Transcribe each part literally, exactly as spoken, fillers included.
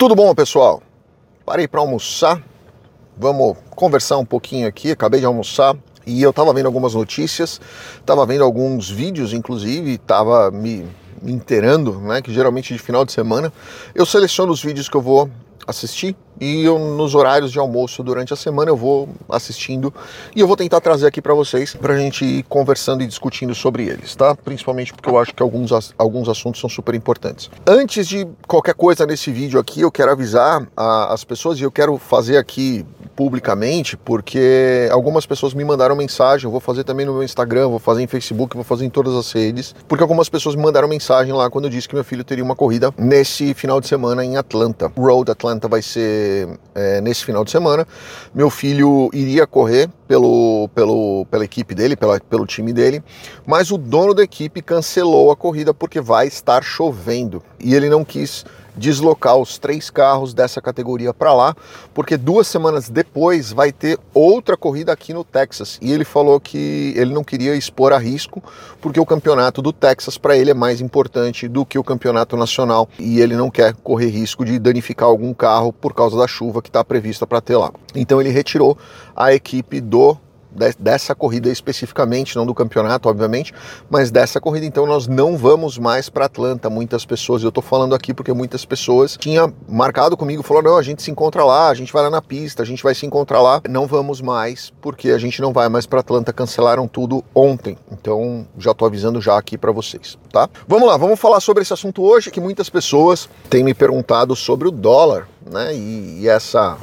Tudo bom, pessoal? Parei para almoçar, vamos conversar um pouquinho aqui, acabei de almoçar e eu tava vendo algumas notícias, tava vendo alguns vídeos, inclusive, tava me, me inteirando, né, que geralmente de final de semana eu seleciono os vídeos que eu vou assistir e eu, nos horários de almoço durante a semana eu vou assistindo e eu vou tentar trazer aqui para vocês pra gente ir conversando e discutindo sobre eles, tá? Principalmente porque eu acho que alguns, alguns assuntos são super importantes. Antes de qualquer coisa nesse vídeo aqui, eu quero avisar a, as pessoas e eu quero fazer aqui publicamente, porque algumas pessoas me mandaram mensagem, eu vou fazer também no meu Instagram, vou fazer em Facebook, vou fazer em todas as redes, porque algumas pessoas me mandaram mensagem lá quando eu disse que meu filho teria uma corrida nesse final de semana em Atlanta. Road Atlanta vai ser é, nesse final de semana. Meu filho iria correr pelo, pelo, pela equipe dele, pela, pelo time dele, mas o dono da equipe cancelou a corrida porque vai estar chovendo e ele não quis deslocar os três carros dessa categoria para lá, porque duas semanas depois vai ter outra corrida aqui no Texas, e ele falou que ele não queria expor a risco, porque o campeonato do Texas para ele é mais importante do que o campeonato nacional, e ele não quer correr risco de danificar algum carro por causa da chuva que está prevista para ter lá. Então ele retirou a equipe do dessa corrida especificamente, não do campeonato, obviamente, mas dessa corrida. Então nós não vamos mais para Atlanta. Muitas pessoas, eu tô falando aqui porque muitas pessoas tinham marcado comigo, falaram, não, a gente se encontra lá, a gente vai lá na pista, a gente vai se encontrar lá. Não vamos mais, porque a gente não vai mais para Atlanta, cancelaram tudo ontem. Então já tô avisando já aqui para vocês, tá? Vamos lá, vamos falar sobre esse assunto hoje, que muitas pessoas têm me perguntado sobre o dólar, né, e, e essa...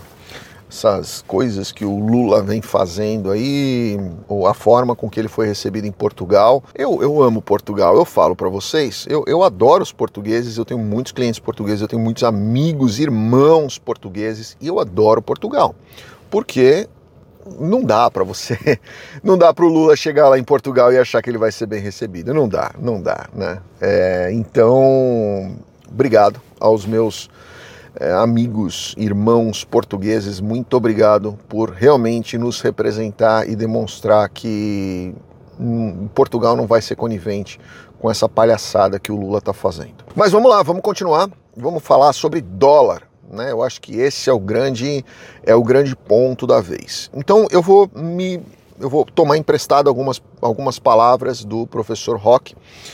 essas coisas que o Lula vem fazendo aí, ou a forma com que ele foi recebido em Portugal. Eu, eu amo Portugal, eu falo para vocês, eu, eu adoro os portugueses, eu tenho muitos clientes portugueses, eu tenho muitos amigos, irmãos portugueses, e eu adoro Portugal, porque não dá para você, não dá para o Lula chegar lá em Portugal e achar que ele vai ser bem recebido, não dá, não dá, né? É, então, obrigado aos meus É, amigos, irmãos portugueses, muito obrigado por realmente nos representar e demonstrar que hum, Portugal não vai ser conivente com essa palhaçada que o Lula está fazendo. Mas vamos lá, vamos continuar, vamos falar sobre dólar, né? Eu acho que esse é o grande, é o grande ponto da vez. Então eu vou me, eu vou tomar emprestado algumas, algumas palavras do professor Roque.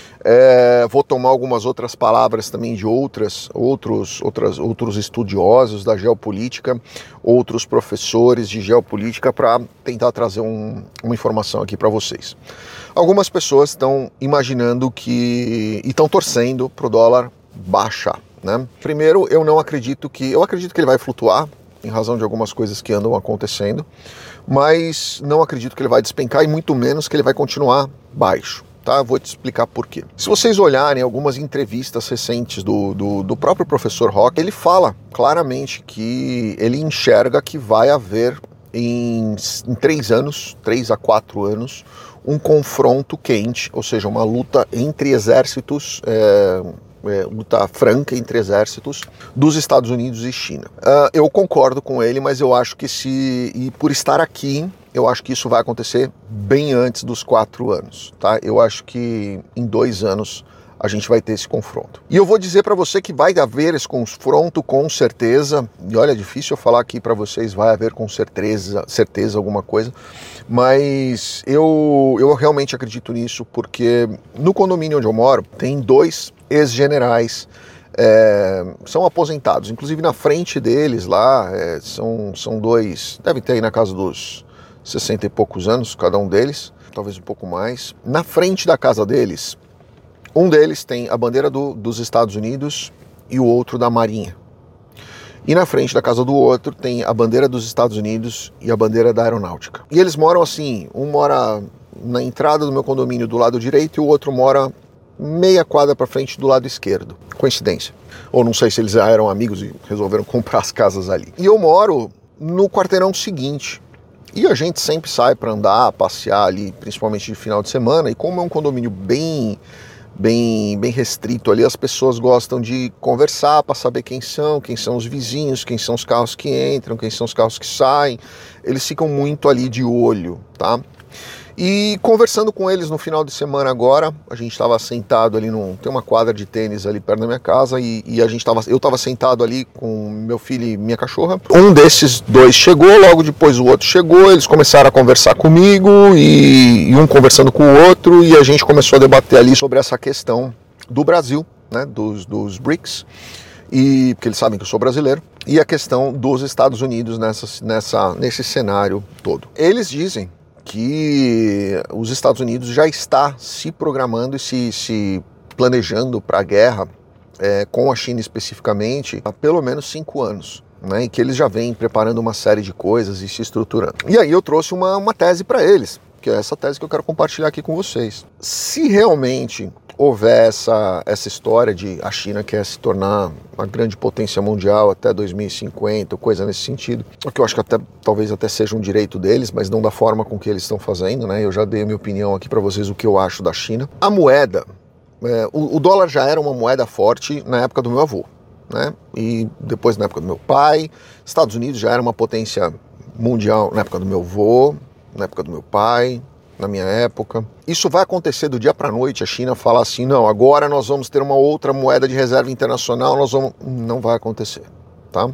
É, vou tomar algumas outras palavras também de outras, outros, outras, outros estudiosos da geopolítica, outros professores de geopolítica, para tentar trazer um, uma informação aqui para vocês. Algumas pessoas estão imaginando que e estão torcendo para o dólar baixar, né? Primeiro, eu não acredito que, eu acredito que ele vai flutuar em razão de algumas coisas que andam acontecendo, mas não acredito que ele vai despencar e muito menos que ele vai continuar baixo. Tá, vou te explicar por quê. Se vocês olharem algumas entrevistas recentes do, do, do próprio professor Roque, ele fala claramente que ele enxerga que vai haver em, em três anos, três a quatro anos, um confronto quente, ou seja, uma luta entre exércitos, é, é, luta franca entre exércitos dos Estados Unidos e China. Uh, eu concordo com ele, mas eu acho que se, e por estar aqui, eu acho que isso vai acontecer bem antes dos quatro anos, tá? Eu acho que em dois anos a gente vai ter esse confronto. E eu vou dizer para você que vai haver esse confronto com certeza, e olha, é difícil eu falar aqui para vocês, vai haver com certeza, certeza alguma coisa, mas eu, eu realmente acredito nisso, porque no condomínio onde eu moro tem dois ex-generais, É, são aposentados, inclusive na frente deles lá, é, são, são dois, devem ter aí na casa dos sessenta e poucos anos, cada um deles, talvez um pouco mais. Na frente da casa deles, um deles tem a bandeira do, dos Estados Unidos e o outro da Marinha. E na frente da casa do outro tem a bandeira dos Estados Unidos e a bandeira da Aeronáutica. E eles moram assim, um mora na entrada do meu condomínio do lado direito e o outro mora meia quadra para frente do lado esquerdo. Coincidência. Ou não sei se eles já eram amigos e resolveram comprar as casas ali. E eu moro no quarteirão seguinte. E a gente sempre sai para andar, passear ali, principalmente de final de semana. E como é um condomínio bem, bem, bem restrito ali, as pessoas gostam de conversar para saber quem são, quem são os vizinhos, quem são os carros que entram, quem são os carros que saem. Eles ficam muito ali de olho, tá? E conversando com eles no final de semana agora, a gente estava sentado ali, num, tem uma quadra de tênis ali perto da minha casa, e, e a gente tava, eu estava sentado ali com meu filho e minha cachorra. Um desses dois chegou, logo depois o outro chegou, eles começaram a conversar comigo, e, e um conversando com o outro, e a gente começou a debater ali sobre essa questão do Brasil, né, dos, dos BRICS, e, porque eles sabem que eu sou brasileiro, e a questão dos Estados Unidos nessa, nessa, nesse cenário todo. Eles dizem que os Estados Unidos já está se programando e se, se planejando para a guerra é, com a China especificamente há pelo menos cinco anos, né, e que eles já vêm preparando uma série de coisas e se estruturando. E aí eu trouxe uma, uma tese para eles, que é essa tese que eu quero compartilhar aqui com vocês. Se realmente houver essa, essa história de a China quer se tornar uma grande potência mundial até dois mil e cinquenta, coisa nesse sentido, o que eu acho que até, talvez até seja um direito deles, mas não da forma com que eles estão fazendo, né? Eu já dei a minha opinião aqui para vocês o que eu acho da China. A moeda, é, o, o dólar já era uma moeda forte na época do meu avô, né? E depois na época do meu pai. Estados Unidos já era uma potência mundial na época do meu avô, na época do meu pai, na minha época. Isso vai acontecer do dia para a noite, a China falar assim, não, agora nós vamos ter uma outra moeda de reserva internacional, nós vamos... Não vai acontecer, tá?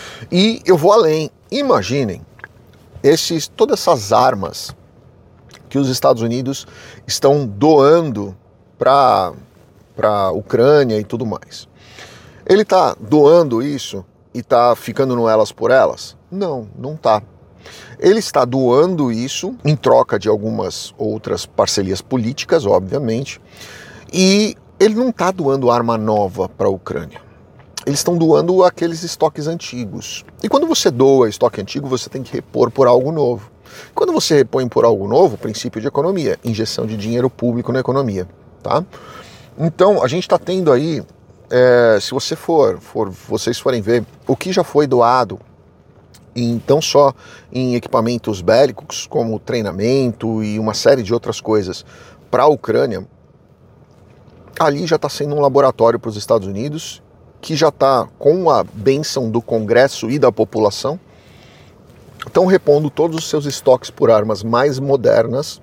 E eu vou além. Imaginem esses, todas essas armas que os Estados Unidos estão doando para a Ucrânia e tudo mais. Ele está doando isso e está ficando no elas por elas? Não, não está. Ele está doando isso em troca de algumas outras parcerias políticas, obviamente, e ele não está doando arma nova para a Ucrânia. Eles estão doando aqueles estoques antigos. E quando você doa estoque antigo, você tem que repor por algo novo. Quando você repõe por algo novo, princípio de economia, injeção de dinheiro público na economia, tá? Então, a gente está tendo aí, é, se você for, for, vocês forem ver, o que já foi doado, não só em equipamentos bélicos, como treinamento e uma série de outras coisas para a Ucrânia, ali já está sendo um laboratório para os Estados Unidos, que já está com a bênção do Congresso e da população, estão repondo todos os seus estoques por armas mais modernas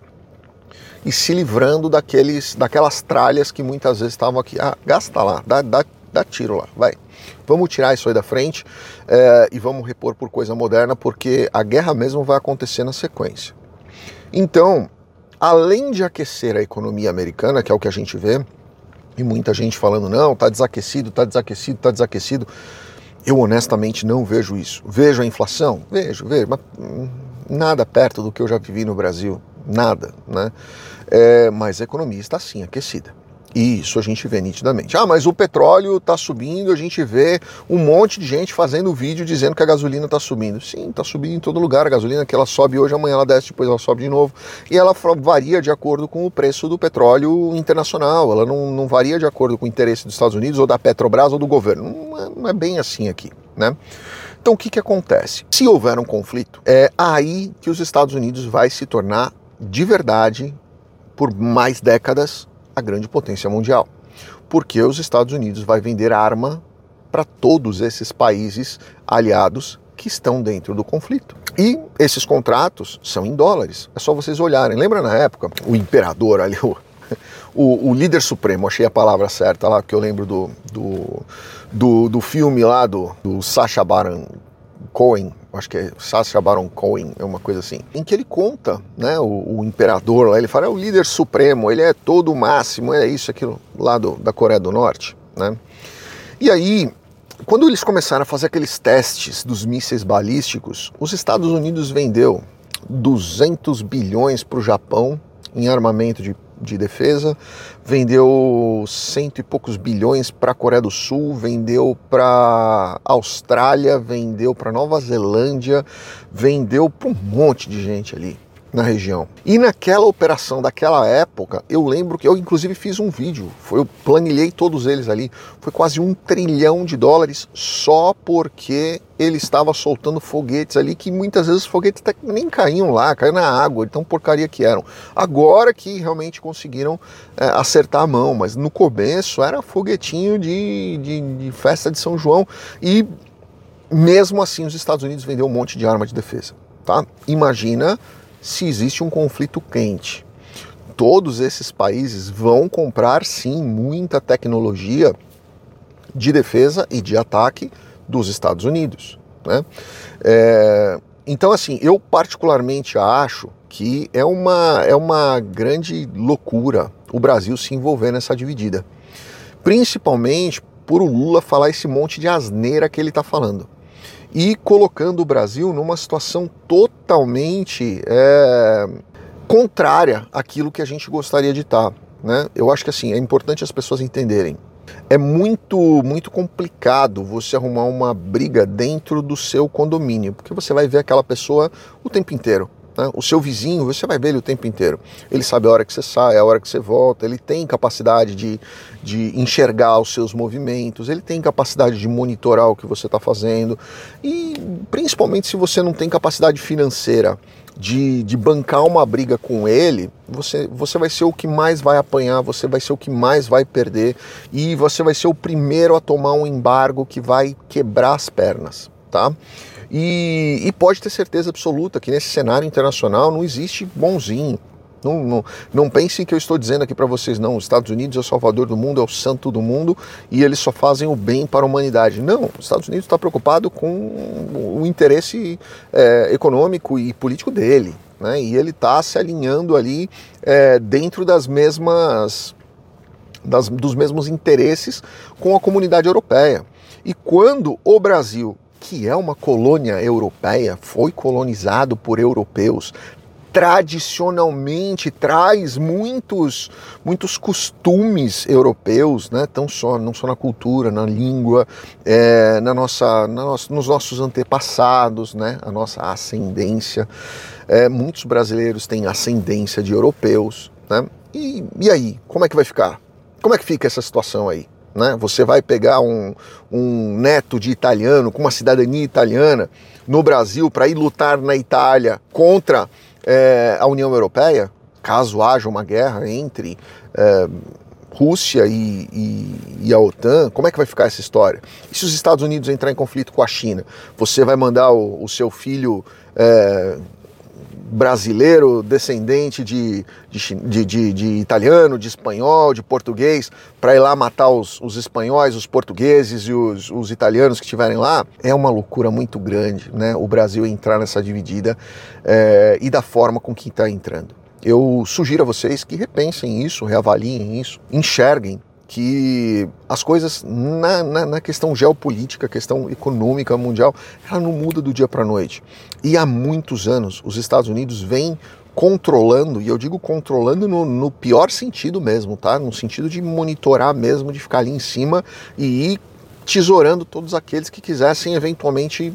e se livrando daqueles, daquelas tralhas que muitas vezes estavam aqui. Ah, gasta lá, dá, dá, dá tiro lá, vai. Vamos tirar isso aí da frente é, e vamos repor por coisa moderna, porque a guerra mesmo vai acontecer na sequência. Então, além de aquecer a economia americana, que é o que a gente vê, e muita gente falando, não, tá desaquecido, tá desaquecido, tá desaquecido, eu honestamente não vejo isso. Vejo a inflação? Vejo, vejo, mas nada perto do que eu já vivi no Brasil, nada, né? É, mas a economia está sim aquecida. E isso a gente vê nitidamente. Ah, mas o petróleo está subindo, a gente vê um monte de gente fazendo vídeo dizendo que a gasolina está subindo. Sim, está subindo em todo lugar. A gasolina que ela sobe hoje, amanhã ela desce, depois ela sobe de novo. E ela varia de acordo com o preço do petróleo internacional. Ela não, não varia de acordo com o interesse dos Estados Unidos ou da Petrobras ou do governo. Não é, não é bem assim aqui, né? Então o que, que acontece? Se houver um conflito, é aí que os Estados Unidos vai se tornar de verdade, por mais décadas, a grande potência mundial, porque os Estados Unidos vai vender arma para todos esses países aliados que estão dentro do conflito. E esses contratos são em dólares, é só vocês olharem. Lembra na época, o imperador ali, o, o, o líder supremo, achei a palavra certa lá, que eu lembro do, do, do, do filme lá do, do Sacha Baron Cohen, acho que é Sacha Baron Cohen, é uma coisa assim, em que ele conta, né, o, o imperador lá, ele fala, é o líder supremo, ele é todo o máximo, é isso, aquilo lá do, da Coreia do Norte, né? E aí, quando eles começaram a fazer aqueles testes dos mísseis balísticos, os Estados Unidos vendeu duzentos bilhões para o Japão em armamento de, de defesa, vendeu cento e poucos bilhões para a Coreia do Sul, vendeu para a Austrália, vendeu para Nova Zelândia, vendeu para um monte de gente ali na região. E naquela operação daquela época, eu lembro que eu inclusive fiz um vídeo, foi, eu planilhei todos eles ali, foi quase um trilhão de dólares só porque ele estava soltando foguetes ali que muitas vezes os foguetes até nem caíam lá, caíam na água, então porcaria que eram. Agora que realmente conseguiram é, acertar a mão, mas no começo era foguetinho de, de, de festa de São João e mesmo assim os Estados Unidos vendeu um monte de arma de defesa, tá? Imagina se existe um conflito quente. Todos esses países vão comprar sim muita tecnologia de defesa e de ataque dos Estados Unidos, né? É, então assim, eu particularmente acho que é uma, é uma grande loucura o Brasil se envolver nessa dividida, principalmente por o Lula falar esse monte de asneira que ele está falando e colocando o Brasil numa situação totalmente é, contrária àquilo que a gente gostaria de estar, né? Eu acho que assim, é importante as pessoas entenderem. É muito, muito complicado você arrumar uma briga dentro do seu condomínio, porque você vai ver aquela pessoa o tempo inteiro, né? O seu vizinho, você vai ver ele o tempo inteiro. Ele sabe a hora que você sai, a hora que você volta, ele tem capacidade de, de enxergar os seus movimentos, ele tem capacidade de monitorar o que você está fazendo, e principalmente se você não tem capacidade financeira De, de bancar uma briga com ele, você, você vai ser o que mais vai apanhar, você vai ser o que mais vai perder, e você vai ser o primeiro a tomar um embargo que vai quebrar as pernas, tá? E, e pode ter certeza absoluta que nesse cenário internacional não existe bonzinho. Não, não, não pensem que eu estou dizendo aqui para vocês, não, os Estados Unidos é o salvador do mundo, é o santo do mundo e eles só fazem o bem para a humanidade. Não, os Estados Unidos está preocupado com o interesse é, econômico e político dele, né? E ele está se alinhando ali é, dentro das mesmas, das, dos mesmos interesses com a comunidade europeia. E quando o Brasil, que é uma colônia europeia, foi colonizado por europeus, tradicionalmente traz muitos, muitos costumes europeus, né? Tão só, não só na cultura, na língua, é, na nossa, na nossa, nos nossos antepassados, né? A nossa ascendência. É, muitos brasileiros têm ascendência de europeus, né? E, e aí, como é que vai ficar? Como é que fica essa situação aí? Né? Você vai pegar um, um neto de italiano com uma cidadania italiana no Brasil para ir lutar na Itália contra É, a União Europeia, caso haja uma guerra entre é, Rússia e, e, e a OTAN, como é que vai ficar essa história? E se os Estados Unidos entrar em conflito com a China? Você vai mandar o, o seu filho é, brasileiro, descendente de, de, de, de italiano, de espanhol, de português, para ir lá matar os, os espanhóis, os portugueses e os, os italianos que estiverem lá? É uma loucura muito grande, né? O Brasil entrar nessa dividida é, e da forma com que está entrando. Eu sugiro a vocês que repensem isso, reavaliem isso, enxerguem que as coisas na, na, na questão geopolítica, questão econômica mundial, ela não muda do dia para a noite. E há muitos anos os Estados Unidos vêm controlando, e eu digo controlando no, no pior sentido mesmo, tá? No sentido de monitorar mesmo, de ficar ali em cima e ir tesourando todos aqueles que quisessem eventualmente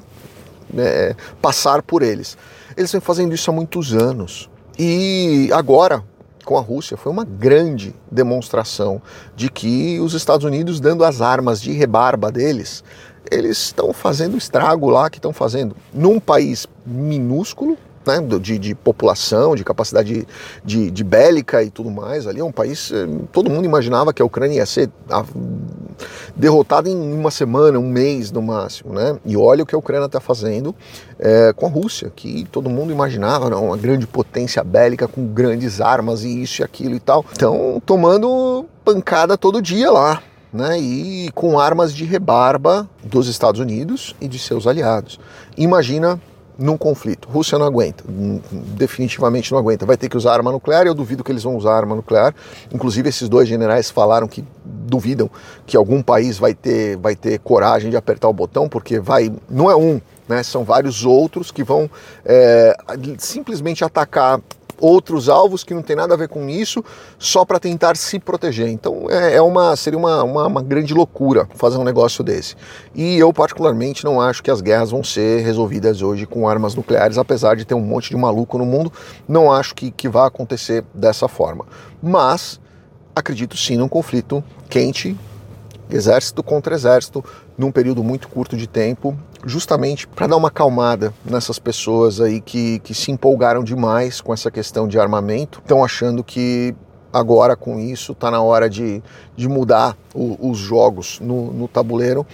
é, passar por eles. Eles vêm fazendo isso há muitos anos. E agora, com a Rússia, foi uma grande demonstração de que os Estados Unidos, dando as armas de rebarba deles, eles estão fazendo estrago lá que estão fazendo num país minúsculo, né, de, de população, de capacidade de, de, de bélica e tudo mais. Ali é um país, todo mundo imaginava que a Ucrânia ia ser derrotada em uma semana, um mês no máximo, né? E olha o que a Ucrânia está fazendo é, com a Rússia, que todo mundo imaginava, não, uma grande potência bélica com grandes armas e isso e aquilo e tal. Então, tomando pancada todo dia lá, né? E com armas de rebarba dos Estados Unidos e de seus aliados. Imagina num conflito. Rússia não aguenta, definitivamente não aguenta. Vai ter que usar arma nuclear, e eu duvido que eles vão usar arma nuclear. Inclusive, esses dois generais falaram que duvidam que algum país vai ter, vai ter coragem de apertar o botão, porque vai, não é um, né? São vários outros que vão é, simplesmente atacar outros alvos que não tem nada a ver com isso, só para tentar se proteger. Então é, é uma, seria uma, uma, uma grande loucura fazer um negócio desse. E eu particularmente não acho que as guerras vão ser resolvidas hoje com armas nucleares, apesar de ter um monte de maluco no mundo, não acho que, que vai acontecer dessa forma. Mas acredito sim num conflito quente, exército contra exército, num período muito curto de tempo, justamente para dar uma acalmada nessas pessoas aí que, que se empolgaram demais com essa questão de armamento, estão achando que agora com isso está na hora de, de mudar o, os jogos no, no tabuleiro,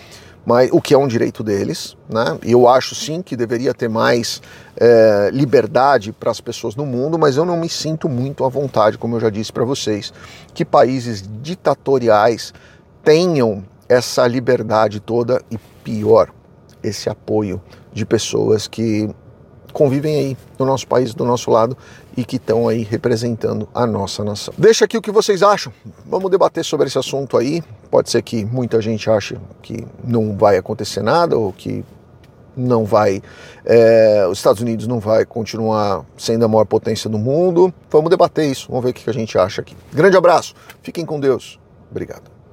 mas o que é um direito deles, né? Eu acho sim que deveria ter mais é, liberdade para as pessoas no mundo, mas eu não me sinto muito à vontade, como eu já disse para vocês, que países ditatoriais tenham essa liberdade toda e, pior, esse apoio de pessoas que convivem aí no nosso país, do nosso lado, e que estão aí representando a nossa nação. Deixa aqui o que vocês acham. Vamos debater sobre esse assunto aí. Pode ser que muita gente ache que não vai acontecer nada, ou que não vai, é, os Estados Unidos não vai continuar sendo a maior potência do mundo. Vamos debater isso, vamos ver o que a gente acha aqui. Grande abraço, fiquem com Deus. Obrigado.